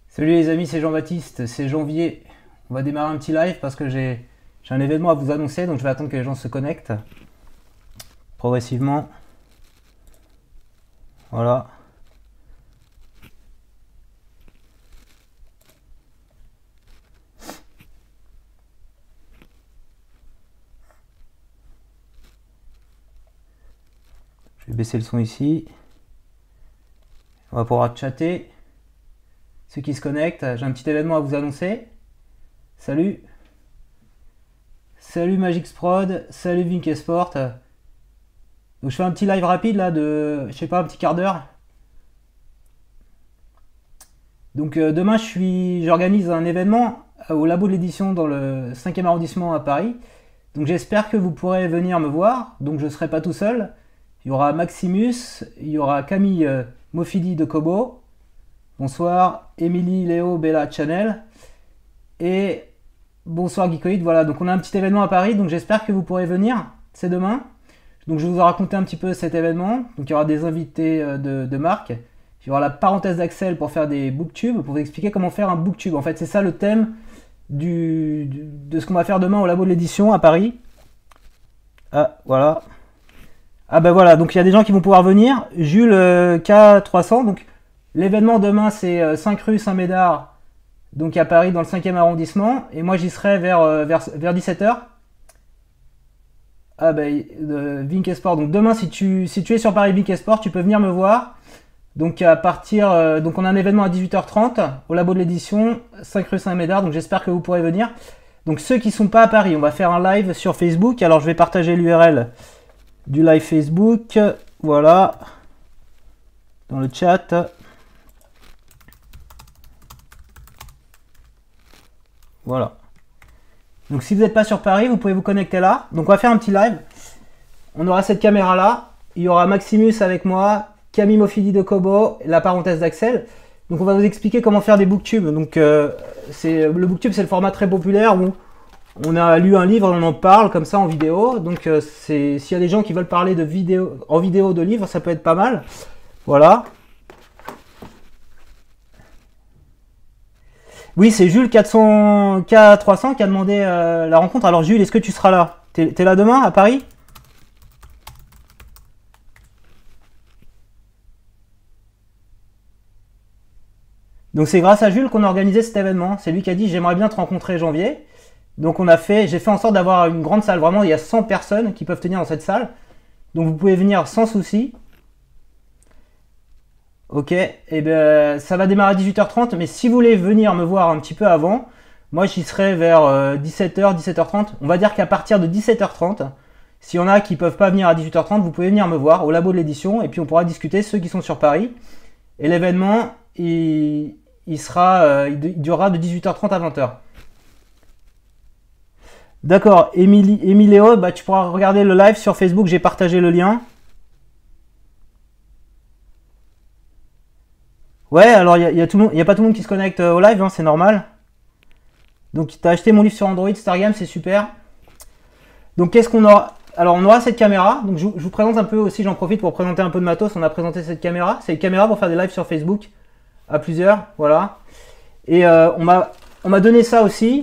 Salut les amis, c'est Jean-Baptiste, c'est janvier. On va démarrer un petit live parce que j'ai un événement à vous annoncer, donc je vais attendre que les gens se connectent progressivement. Voilà. Je vais baisser le son ici. On va pouvoir chatter. Ceux qui se connectent, j'ai un petit événement à vous annoncer. Salut. Salut Magixprod, salut Vinkesport. Donc je fais un petit live rapide là de, je sais pas, un petit quart d'heure. Donc demain j'organise un événement au labo de l'édition dans le 5e arrondissement à Paris. Donc j'espère que vous pourrez venir me voir. Donc je ne serai pas tout seul. Il y aura Maximus, il y aura Camille Mofidi de Kobo. Bonsoir, Émilie, Léo, Bella, Chanel. Et bonsoir Geekoid. Voilà, donc on a un petit événement à Paris. Donc j'espère que vous pourrez venir. C'est demain. Donc je vais vous raconter un petit peu cet événement. Donc il y aura des invités de marque. Il y aura la parenthèse d'Axel pour faire des booktubes, pour vous expliquer comment faire un booktube. En fait, c'est ça le thème de ce qu'on va faire demain au labo de l'édition à Paris. Ah, voilà. Ah ben voilà, donc il y a des gens qui vont pouvoir venir. Jules K300, donc l'événement demain c'est 5 rue Saint-Médard, donc à Paris dans le 5e arrondissement. Et moi j'y serai vers 17h. Ah ben, Vinkesport, donc demain si tu es sur Paris Vinkesport, tu peux venir me voir. Donc à partir, donc on a un événement à 18h30 au labo de l'édition, 5 rue Saint-Médard, donc j'espère que vous pourrez venir. Donc ceux qui ne sont pas à Paris, on va faire un live sur Facebook. Alors je vais partager l'URL du live Facebook, voilà, dans le chat. Voilà. Donc si vous n'êtes pas sur Paris, vous pouvez vous connecter là. Donc on va faire un petit live. On aura cette caméra là. Il y aura Maximus avec moi, Camille Mofidi de Kobo, la parenthèse d'Axel. Donc on va vous expliquer comment faire des booktubes. Donc le booktube c'est le format très populaire où on a lu un livre, on en parle comme ça en vidéo. Donc s'il y a des gens qui veulent parler de en vidéo de livres, ça peut être pas mal. Voilà. Oui, c'est Jules K300 qui a demandé la rencontre. Alors Jules, est-ce que tu seras là? T'es là demain à Paris? Donc c'est grâce à Jules qu'on a organisé cet événement. C'est lui qui a dit j'aimerais bien te rencontrer janvier. Donc j'ai fait en sorte d'avoir une grande salle. Vraiment, il y a 100 personnes qui peuvent tenir dans cette salle. Donc vous pouvez venir sans souci. Ok, et ben ça va démarrer à 18h30. Mais si vous voulez venir me voir un petit peu avant, moi j'y serai vers 17h, 17h30. On va dire qu'à partir de 17h30, s'il y en a qui peuvent pas venir à 18h30, vous pouvez venir me voir au labo de l'édition. Et puis on pourra discuter, ceux qui sont sur Paris. Et l'événement, il durera de 18h30 à 20h. D'accord, Emiléo, bah, tu pourras regarder le live sur Facebook, j'ai partagé le lien. Ouais, alors il y a pas tout le monde qui se connecte au live, hein, c'est normal. Donc tu as acheté mon livre sur Android, Stargame, c'est super. Donc qu'est-ce qu'on aura? Alors on aura cette caméra, donc je vous présente un peu aussi, j'en profite pour présenter un peu de matos, on a présenté cette caméra. C'est une caméra pour faire des lives sur Facebook, à plusieurs, voilà. Et on m'a donné ça aussi.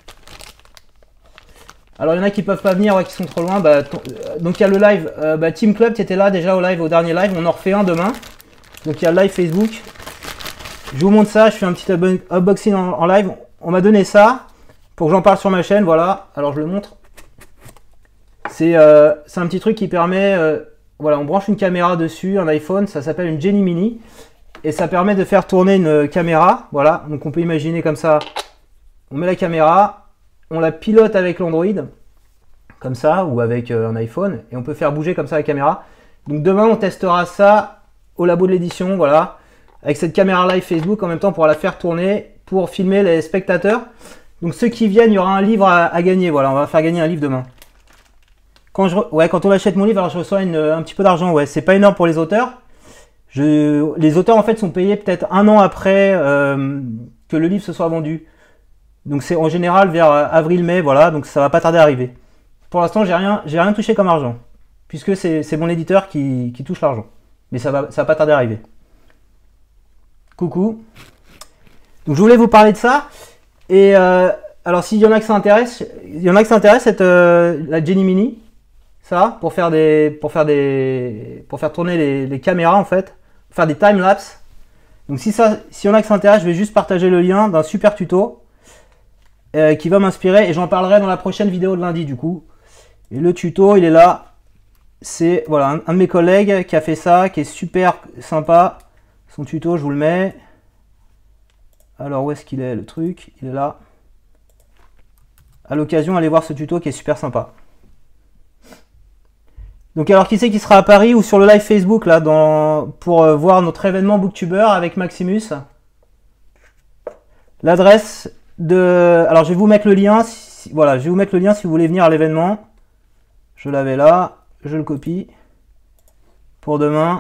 Alors il y en a qui peuvent pas venir, ouais, qui sont trop loin. Donc il y a le live, Team Club, tu étais là déjà au dernier live, on en refait un demain. Donc il y a le live Facebook. Je vous montre ça, je fais un petit unboxing en live. On m'a donné ça pour que j'en parle sur ma chaîne, voilà. Alors je le montre. C'est un petit truc qui permet, voilà, on branche une caméra dessus, un iPhone, ça s'appelle une Genie Mini. Et ça permet de faire tourner une caméra, voilà. Donc on peut imaginer comme ça, on met la caméra. On la pilote avec l'Android, comme ça, ou avec un iPhone, et on peut faire bouger comme ça la caméra. Donc demain, on testera ça au labo de l'édition, voilà, avec cette caméra live Facebook, en même temps, on pourra la faire tourner pour filmer les spectateurs. Donc ceux qui viennent, il y aura un livre à gagner, voilà, on va faire gagner un livre demain. Quand on achète mon livre, alors je reçois un petit peu d'argent, ouais, c'est pas énorme pour les auteurs. Les auteurs, en fait, sont payés peut-être un an après que le livre se soit vendu. Donc c'est en général vers avril-mai, voilà, donc ça va pas tarder à arriver. Pour l'instant, j'ai rien touché comme argent, puisque c'est mon éditeur qui touche l'argent. Mais ça va pas tarder à arriver. Coucou. Donc je voulais vous parler de ça. Et alors s'il y en a que ça intéresse, cette la Genie Mini, ça, pour faire tourner les caméras en fait, pour faire des time lapse. Donc s'il y en a que ça intéresse, je vais juste partager le lien d'un super tuto qui va m'inspirer et j'en parlerai dans la prochaine vidéo de lundi du coup. Et le tuto, il est là. C'est voilà un de mes collègues qui a fait ça, qui est super sympa. Son tuto, je vous le mets. Alors où est-ce qu'il est le truc? Il est là. À l'occasion, allez voir ce tuto qui est super sympa. Donc alors qui c'est qui sera à Paris ou sur le live Facebook là pour voir notre événement Booktuber avec Maximus? L'adresse de... Alors je vais vous mettre le lien. Voilà, je vais vous mettre le lien si vous voulez venir à l'événement. Je l'avais là, je le copie. Pour demain.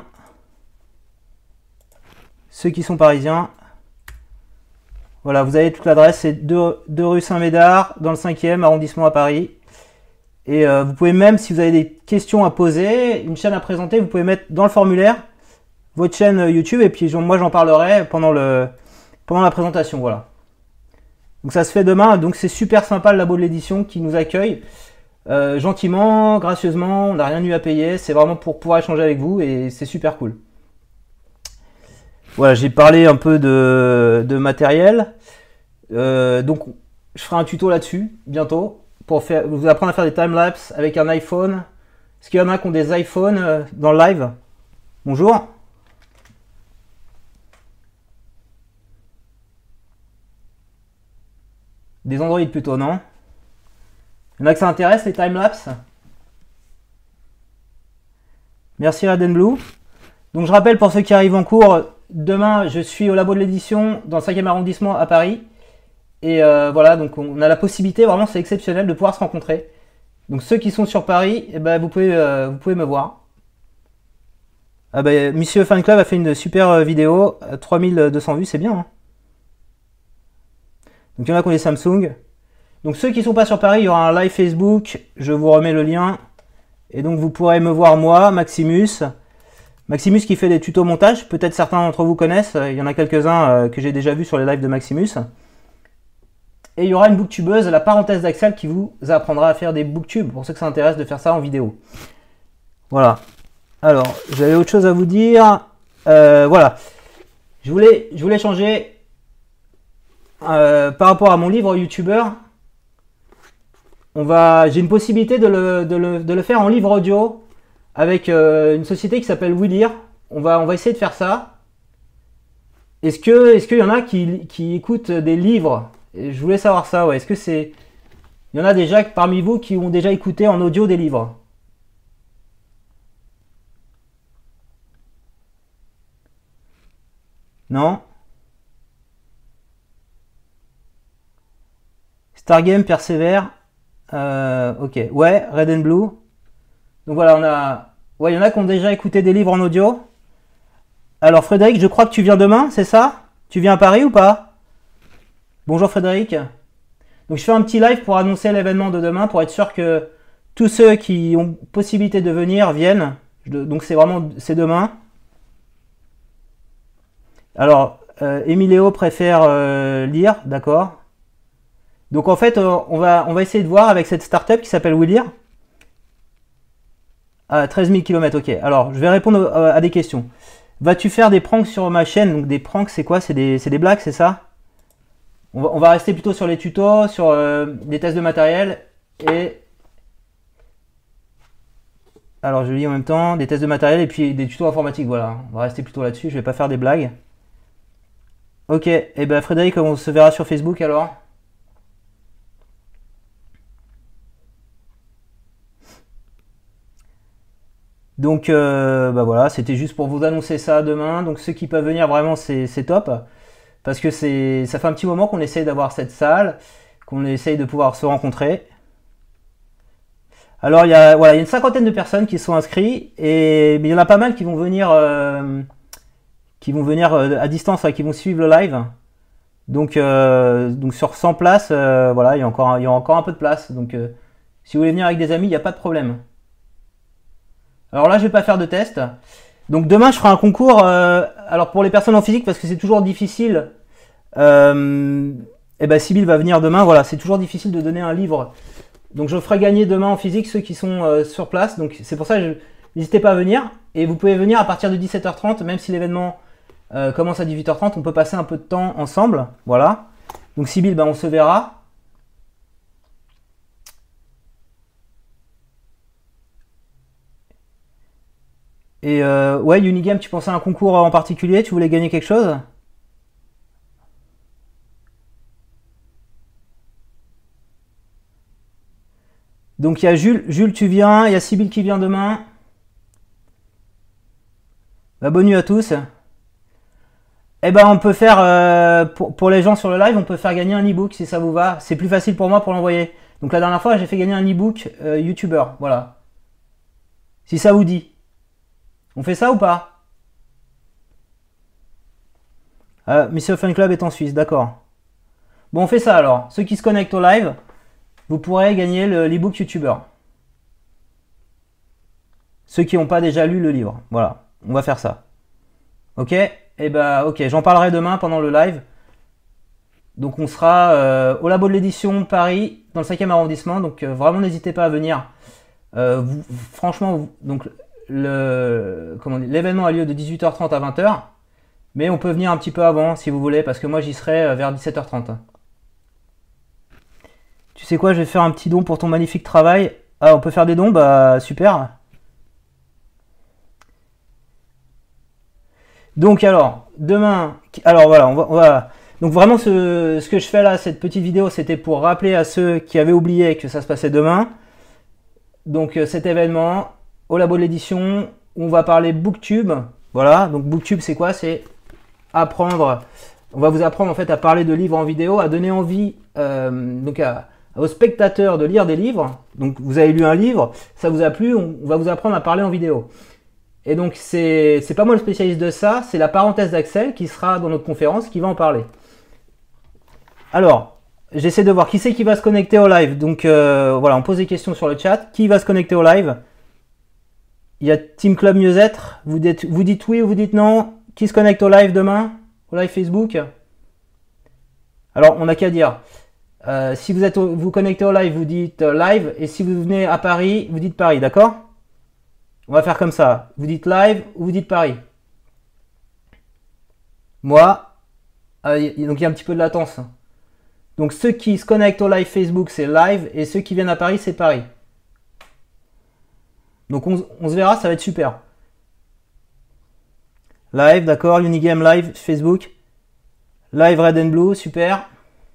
Ceux qui sont parisiens. Voilà, vous avez toute l'adresse, c'est 2 rue Saint-Médard, dans le 5e arrondissement à Paris. Et vous pouvez même, si vous avez des questions à poser, une chaîne à présenter, vous pouvez mettre dans le formulaire votre chaîne YouTube et puis moi j'en parlerai pendant la présentation. Voilà. Donc ça se fait demain, donc c'est super sympa le labo de l'édition qui nous accueille gentiment, gracieusement, on n'a rien eu à payer, c'est vraiment pour pouvoir échanger avec vous et c'est super cool. Voilà, j'ai parlé un peu de matériel. Donc, je ferai un tuto là-dessus bientôt pour vous apprendre à faire des timelapses avec un iPhone. Est-ce qu'il y en a qui ont des iPhones dans le live? Bonjour. Des Android plutôt, non? Il y en a que ça intéresse les timelapses? Merci Red and Blue. Donc, je rappelle pour ceux qui arrivent en cours. Demain, je suis au labo de l'édition dans le 5e arrondissement à Paris. Et voilà, donc on a la possibilité, vraiment c'est exceptionnel de pouvoir se rencontrer. Donc ceux qui sont sur Paris, eh ben, vous pouvez me voir. Ah ben, Monsieur Fan Club a fait une super vidéo, 3200 vues, c'est bien. Hein. Donc il y en a qui ont des Samsung. Donc ceux qui ne sont pas sur Paris, il y aura un live Facebook, je vous remets le lien. Et donc vous pourrez me voir moi, Maximus. Maximus qui fait des tutos montage, peut-être certains d'entre vous connaissent, il y en a quelques-uns que j'ai déjà vus sur les lives de Maximus. Et il y aura une booktubeuse, la parenthèse d'Axel, qui vous apprendra à faire des booktubes, pour ceux que ça intéresse de faire ça en vidéo. Voilà. Alors, j'avais autre chose à vous dire. Voilà. Je voulais changer par rapport à mon livre YouTuber. J'ai une possibilité de le faire en livre audio. Avec une société qui s'appelle Willir. On va essayer de faire ça. Est-ce qu'il y en a qui écoutent des livres? Et je voulais savoir ça, ouais. Il y en a déjà parmi vous qui ont déjà écouté en audio des livres? Non? Stargame persévère. Ok. Ouais, Red and Blue. Donc voilà, ouais, il y en a qui ont déjà écouté des livres en audio. Alors Frédéric, je crois que tu viens demain, c'est ça? Tu viens à Paris ou pas? Bonjour Frédéric. Donc je fais un petit live pour annoncer l'événement de demain, pour être sûr que tous ceux qui ont possibilité de venir viennent. Donc c'est demain. Alors, Emilio préfère lire, d'accord. Donc en fait, on va essayer de voir avec cette startup qui s'appelle Willir. Ah, 13 000 km, ok. Alors, je vais répondre à des questions. Vas-tu faire des pranks sur ma chaîne? Donc, des pranks, c'est quoi? C'est des blagues, c'est ça? On va rester plutôt sur les tutos, sur des tests de matériel. Et... Alors, je lis en même temps. Des tests de matériel et puis des tutos informatiques, voilà. On va rester plutôt là-dessus. Je vais pas faire des blagues. Ok. Et ben, Frédéric, on se verra sur Facebook, alors. Donc bah voilà, c'était juste pour vous annoncer ça demain. Donc ceux qui peuvent venir, vraiment c'est top. Parce que ça fait un petit moment qu'on essaye d'avoir cette salle, qu'on essaye de pouvoir se rencontrer. Alors il y a une cinquantaine de personnes qui sont inscrites, mais il y en a pas mal qui vont venir à distance, qui vont suivre le live. Donc sur 100 places, voilà, il y a encore un peu de place. Donc si vous voulez venir avec des amis, il n'y a pas de problème. Alors là, je vais pas faire de test. Donc demain, je ferai un concours. Alors pour les personnes en physique, parce que c'est toujours difficile et ben Sybille va venir demain. Voilà, c'est toujours difficile de donner un livre. Donc je ferai gagner demain en physique ceux qui sont sur place. Donc c'est pour ça que n'hésitez pas à venir. Et vous pouvez venir à partir de 17h30, même si l'événement commence à 18h30, on peut passer un peu de temps ensemble. Voilà. Donc Sybille, ben, on se verra. Et ouais, Unigame, tu pensais à un concours en particulier? Tu voulais gagner quelque chose? Donc il y a Jules, tu viens, il y a Sybille qui vient demain. Bah, bonne nuit à tous. Eh ben on peut faire, pour les gens sur le live, on peut faire gagner un e-book si ça vous va. C'est plus facile pour moi pour l'envoyer. Donc la dernière fois, j'ai fait gagner un e-book YouTuber. Voilà. Si ça vous dit. On fait ça ou pas? Monsieur Fun Club est en Suisse, d'accord. Bon, on fait ça alors. Ceux qui se connectent au live, vous pourrez gagner l'e-book YouTuber. Ceux qui n'ont pas déjà lu le livre. Voilà, on va faire ça. Ok? Et bah ok, j'en parlerai demain pendant le live. Donc on sera au Labo de l'édition Paris, dans le 5e arrondissement. Donc vraiment n'hésitez pas à venir. Franchement, donc l'événement a lieu de 18h30 à 20h. Mais on peut venir un petit peu avant si vous voulez, parce que moi j'y serai vers 17h30. Tu sais quoi, je vais faire un petit don pour ton magnifique travail. Ah, on peut faire des dons? Bah super. Donc alors, demain, alors voilà, on va donc vraiment ce que je fais là, cette petite vidéo, c'était pour rappeler à ceux qui avaient oublié que ça se passait demain. Donc cet événement au Labo de l'édition, on va parler Booktube. Voilà, donc Booktube c'est quoi? C'est apprendre, on va vous apprendre en fait à parler de livres en vidéo, à donner envie donc aux spectateurs de lire des livres. Donc vous avez lu un livre, ça vous a plu, on va vous apprendre à parler en vidéo. Et donc c'est pas moi le spécialiste de ça, c'est la parenthèse d'Axel qui sera dans notre conférence qui va en parler. Alors, j'essaie de voir qui c'est qui va se connecter au live. Donc voilà, on pose des questions sur le chat. Qui va se connecter au live? Il y a Team Club Mieux-être. Vous dites oui ou vous dites non? Qui se connecte au live demain? Au live Facebook? Alors, on n'a qu'à dire. Si vous connectez au live, vous dites live. Et si vous venez à Paris, vous dites Paris, d'accord? On va faire comme ça. Vous dites live ou vous dites Paris. Moi, donc il y a un petit peu de latence. Donc ceux qui se connectent au live Facebook, c'est live. Et ceux qui viennent à Paris, c'est Paris. Donc on se verra, ça va être super. Live, d'accord. Unigame live, Facebook. Live Red and Blue, super.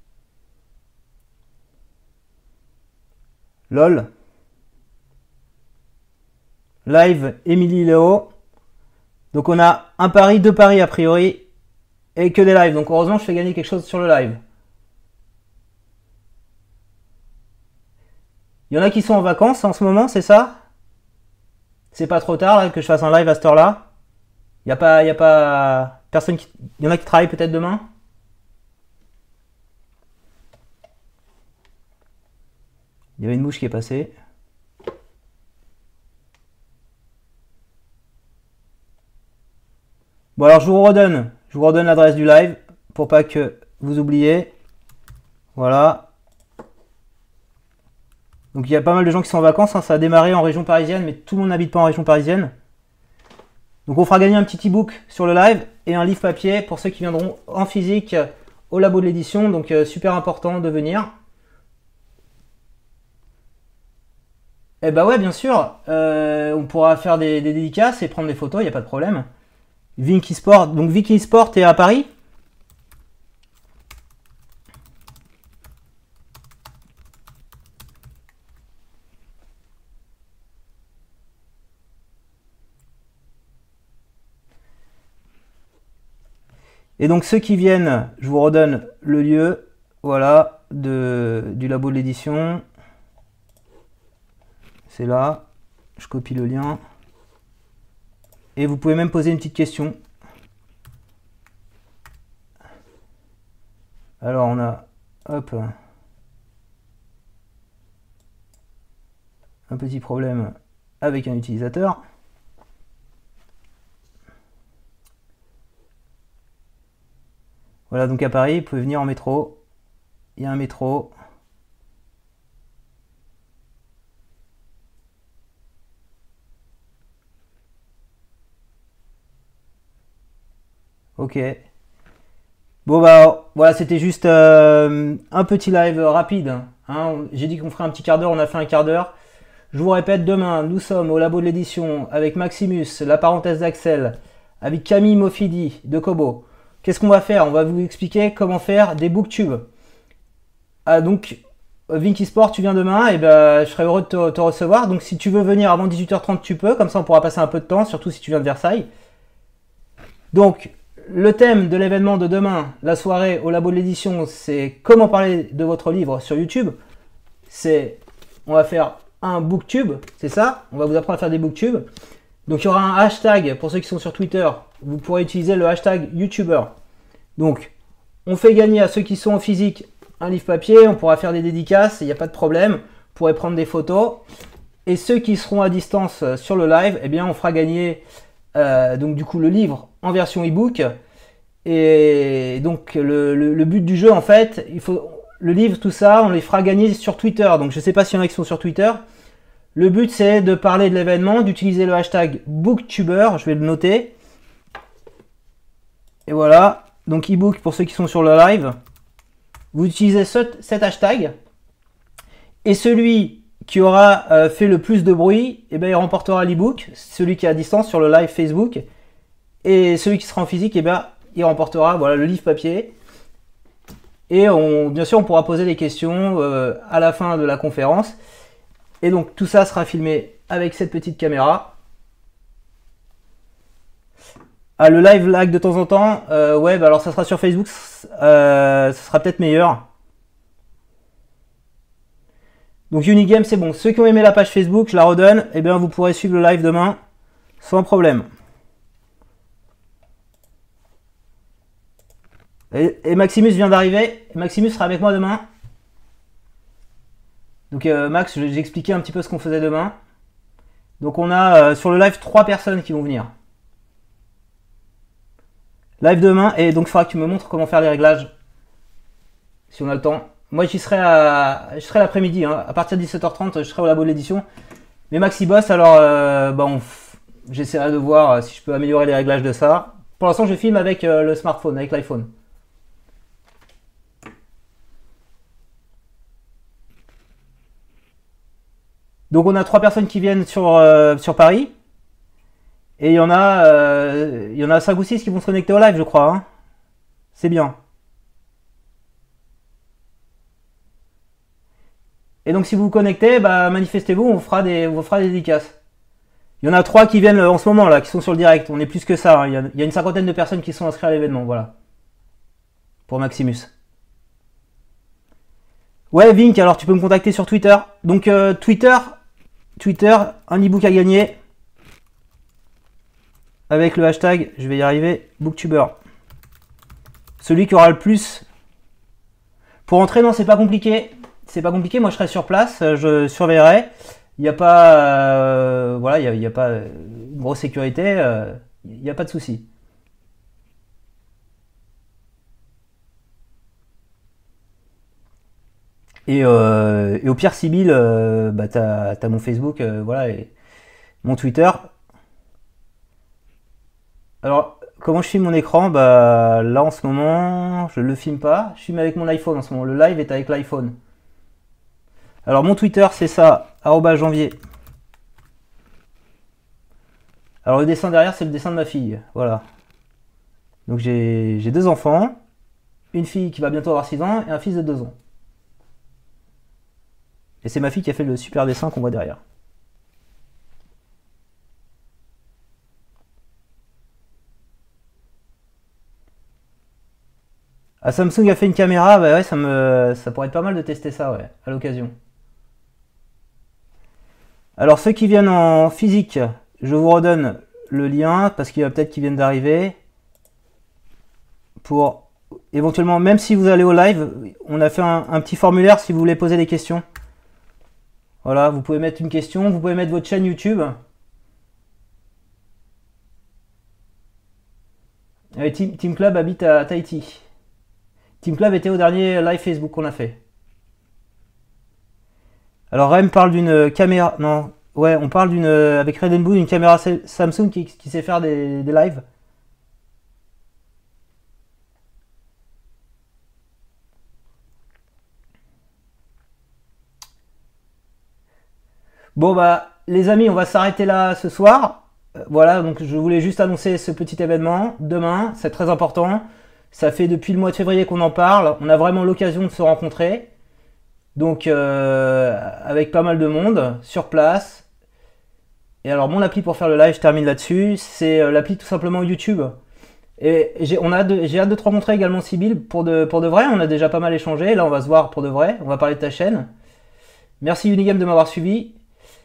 LOL. Live Émilie Léo. Donc on a un pari, deux paris a priori. Et que des lives. Donc heureusement je fais gagner quelque chose sur le live. Il y en a qui sont en vacances en ce moment, c'est ça? C'est pas trop tard là, que je fasse un live à cette heure-là? Il n'y a pas personne qui... Il y en a qui travaillent peut-être demain? Il y avait une mouche qui est passée. Bon alors je vous redonne l'adresse du live pour pas que vous oubliez. Voilà. Donc il y a pas mal de gens qui sont en vacances, hein. Ça a démarré en région parisienne, mais tout le monde n'habite pas en région parisienne. Donc on fera gagner un petit e-book sur le live et un livre papier pour ceux qui viendront en physique au Labo de l'édition. Donc super important de venir. Eh bah ouais, bien sûr, on pourra faire des dédicaces et prendre des photos, il n'y a pas de problème. Vinky Sport, donc Vinky Sport est à Paris? Et donc ceux qui viennent, je vous redonne le lieu, voilà, du Labo de l'édition. C'est là, je copie le lien. Et vous pouvez même poser une petite question. Alors on a, hop, un petit problème avec un utilisateur. Voilà, donc à Paris, vous pouvez venir en métro. Il y a un métro. Ok. Bon bah voilà, c'était juste un petit live rapide, hein. J'ai dit qu'on ferait un petit quart d'heure, on a fait un quart d'heure. Je vous répète, demain, nous sommes au labo de l'édition avec Maximus, la parenthèse d'Axel, avec Camille Mofidi de Kobo. Qu'est-ce qu'on va faire? On va vous expliquer comment faire des booktubes. Ah, donc, Vinky Sport, tu viens demain, et ben, je serais heureux de te recevoir. Donc, si tu veux venir avant 18h30, tu peux, comme ça on pourra passer un peu de temps, surtout si tu viens de Versailles. Donc, le thème de l'événement de demain, la soirée au labo de l'édition, c'est comment parler de votre livre sur YouTube. On va faire un booktube, c'est ça. On va vous apprendre à faire des booktubes. Donc il y aura un hashtag pour ceux qui sont sur Twitter. Vous pourrez utiliser le hashtag YouTuber. Donc on fait gagner à ceux qui sont en physique un livre papier. On pourra faire des dédicaces, il n'y a pas de problème. Vous pourrez prendre des photos. Et ceux qui seront à distance sur le live, eh bien on fera gagner donc du coup le livre en version ebook. Et donc le but du jeu en fait, le livre, tout ça, on les fera gagner sur Twitter. Donc je ne sais pas s'il y en a qui sont sur Twitter. Le but c'est de parler de l'événement, d'utiliser le hashtag Booktuber, je vais le noter. Et voilà, donc ebook pour ceux qui sont sur le live. Vous utilisez cet hashtag. Et celui qui aura fait le plus de bruit, eh bien, il remportera l'ebook. Celui qui est à distance sur le live Facebook. Et celui qui sera en physique, eh bien, il remportera voilà, le livre papier. Et bien sûr, on pourra poser des questions à la fin de la conférence. Et donc, tout ça sera filmé avec cette petite caméra. Ah, le live lag de temps en temps, ouais, bah alors ça sera sur Facebook, ça sera peut-être meilleur. Donc Unigame, c'est bon. Ceux qui ont aimé la page Facebook, je la redonne. Eh bien, vous pourrez suivre le live demain sans problème. Et Maximus vient d'arriver. Maximus sera avec moi demain. Donc Max, j'ai expliqué un petit peu ce qu'on faisait demain. Donc on a sur le live 3 personnes qui vont venir. Live demain, et donc il faudra que tu me montres comment faire les réglages. Si on a le temps. Moi j'y serai l'après-midi, hein. À partir de 17h30, je serai au labo de l'édition. Mais Maxi bosse, alors j'essaierai de voir si je peux améliorer les réglages de ça. Pour l'instant je filme avec le smartphone, avec l'iPhone. Donc on a 3 personnes qui viennent sur Paris. Et il y en a 5 ou 6 qui vont se connecter au live, je crois, hein. C'est bien. Et donc si vous vous connectez, bah, manifestez-vous, on vous fera des dédicaces. Il y en a 3 qui viennent en ce moment là, qui sont sur le direct. On est plus que ça, hein. Il y a une cinquantaine de personnes qui sont inscrites à l'événement, voilà. Pour Maximus. Ouais, Vink, alors tu peux me contacter sur Twitter. Donc Twitter, un e-book à gagner. Avec le hashtag, je vais y arriver, Booktuber. Celui qui aura le plus. Pour entrer, non, c'est pas compliqué. C'est pas compliqué, moi je serai sur place, je surveillerai. Il n'y a pas, voilà, il n'y a pas une grosse sécurité, il n'y a pas de souci. Et au pire, Sibyl, bah, t'as mon Facebook, voilà, et mon Twitter. Alors, comment je filme mon écran? Bah, là en ce moment, je le filme pas. Je filme avec mon iPhone en ce moment. Le live est avec l'iPhone. Alors, mon Twitter, c'est ça, @janvier. Alors, le dessin derrière, c'est le dessin de ma fille. Voilà. Donc, j'ai 2 enfants. Une fille qui va bientôt avoir 6 ans et un fils de 2 ans. Et c'est ma fille qui a fait le super dessin qu'on voit derrière. Ah, Samsung a fait une caméra, bah ouais, ça pourrait être pas mal de tester ça, ouais, à l'occasion. Alors ceux qui viennent en physique, je vous redonne le lien, parce qu'il y a peut-être qui viennent d'arriver. Pour éventuellement, même si vous allez au live, on a fait un petit formulaire si vous voulez poser des questions. Voilà, vous pouvez mettre une question, vous pouvez mettre votre chaîne YouTube. Team Club habite à Tahiti. Team Club était au dernier live Facebook qu'on a fait. Alors Rem parle d'une caméra... Non, ouais, on parle d'une avec Red Bull, une caméra Samsung qui sait faire des lives. Bon bah les amis, on va s'arrêter là ce soir. Voilà, donc je voulais juste annoncer ce petit événement. Demain, c'est très important. Ça fait depuis le mois de février qu'on en parle. On a vraiment l'occasion de se rencontrer. Donc avec pas mal de monde sur place. Et alors mon appli pour faire le live, je termine là-dessus, c'est l'appli tout simplement YouTube. Et j'ai hâte de te rencontrer également Sybille pour de vrai. On a déjà pas mal échangé. Là on va se voir pour de vrai. On va parler de ta chaîne. Merci Unigame de m'avoir suivi.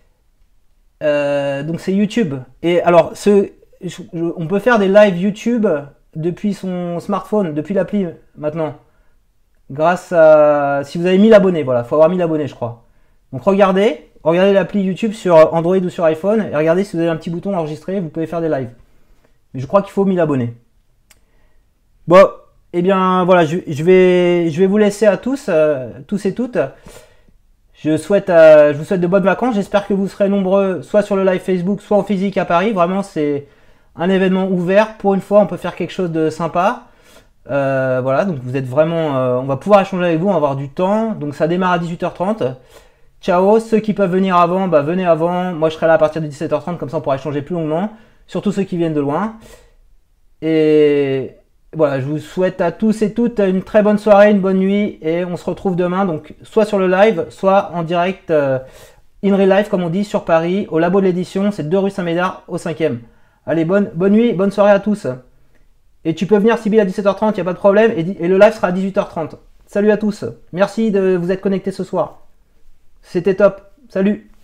Donc c'est YouTube. Et alors on peut faire des lives YouTube depuis son smartphone, depuis l'appli maintenant. Grâce à... Si vous avez 1000 abonnés, voilà, il faut avoir 1000 abonnés je crois. Donc regardez l'appli YouTube sur Android ou sur iPhone et regardez si vous avez un petit bouton enregistré, vous pouvez faire des lives. Mais je crois qu'il faut 1000 abonnés. Bon, et bien voilà, je vais vous laisser à tous et toutes. Je vous souhaite de bonnes vacances. J'espère que vous serez nombreux, soit sur le live Facebook, soit en physique à Paris. Vraiment, c'est un événement ouvert. Pour une fois, on peut faire quelque chose de sympa. Voilà, donc vous êtes vraiment... on va pouvoir échanger avec vous, on va avoir du temps. Donc ça démarre à 18h30. Ciao, ceux qui peuvent venir avant, bah venez avant. Moi, je serai là à partir de 17h30, comme ça on pourra échanger plus longuement. Surtout ceux qui viennent de loin. Et... Voilà, je vous souhaite à tous et toutes une très bonne soirée, une bonne nuit et on se retrouve demain, donc soit sur le live, soit en direct in real life comme on dit sur Paris, au labo de l'édition, c'est 2 rue Saint-Médard au 5e. Allez, bonne nuit, bonne soirée à tous. Et tu peux venir Sybille à 17h30, il n'y a pas de problème, et le live sera à 18h30. Salut à tous, merci de vous être connectés ce soir. C'était top, salut.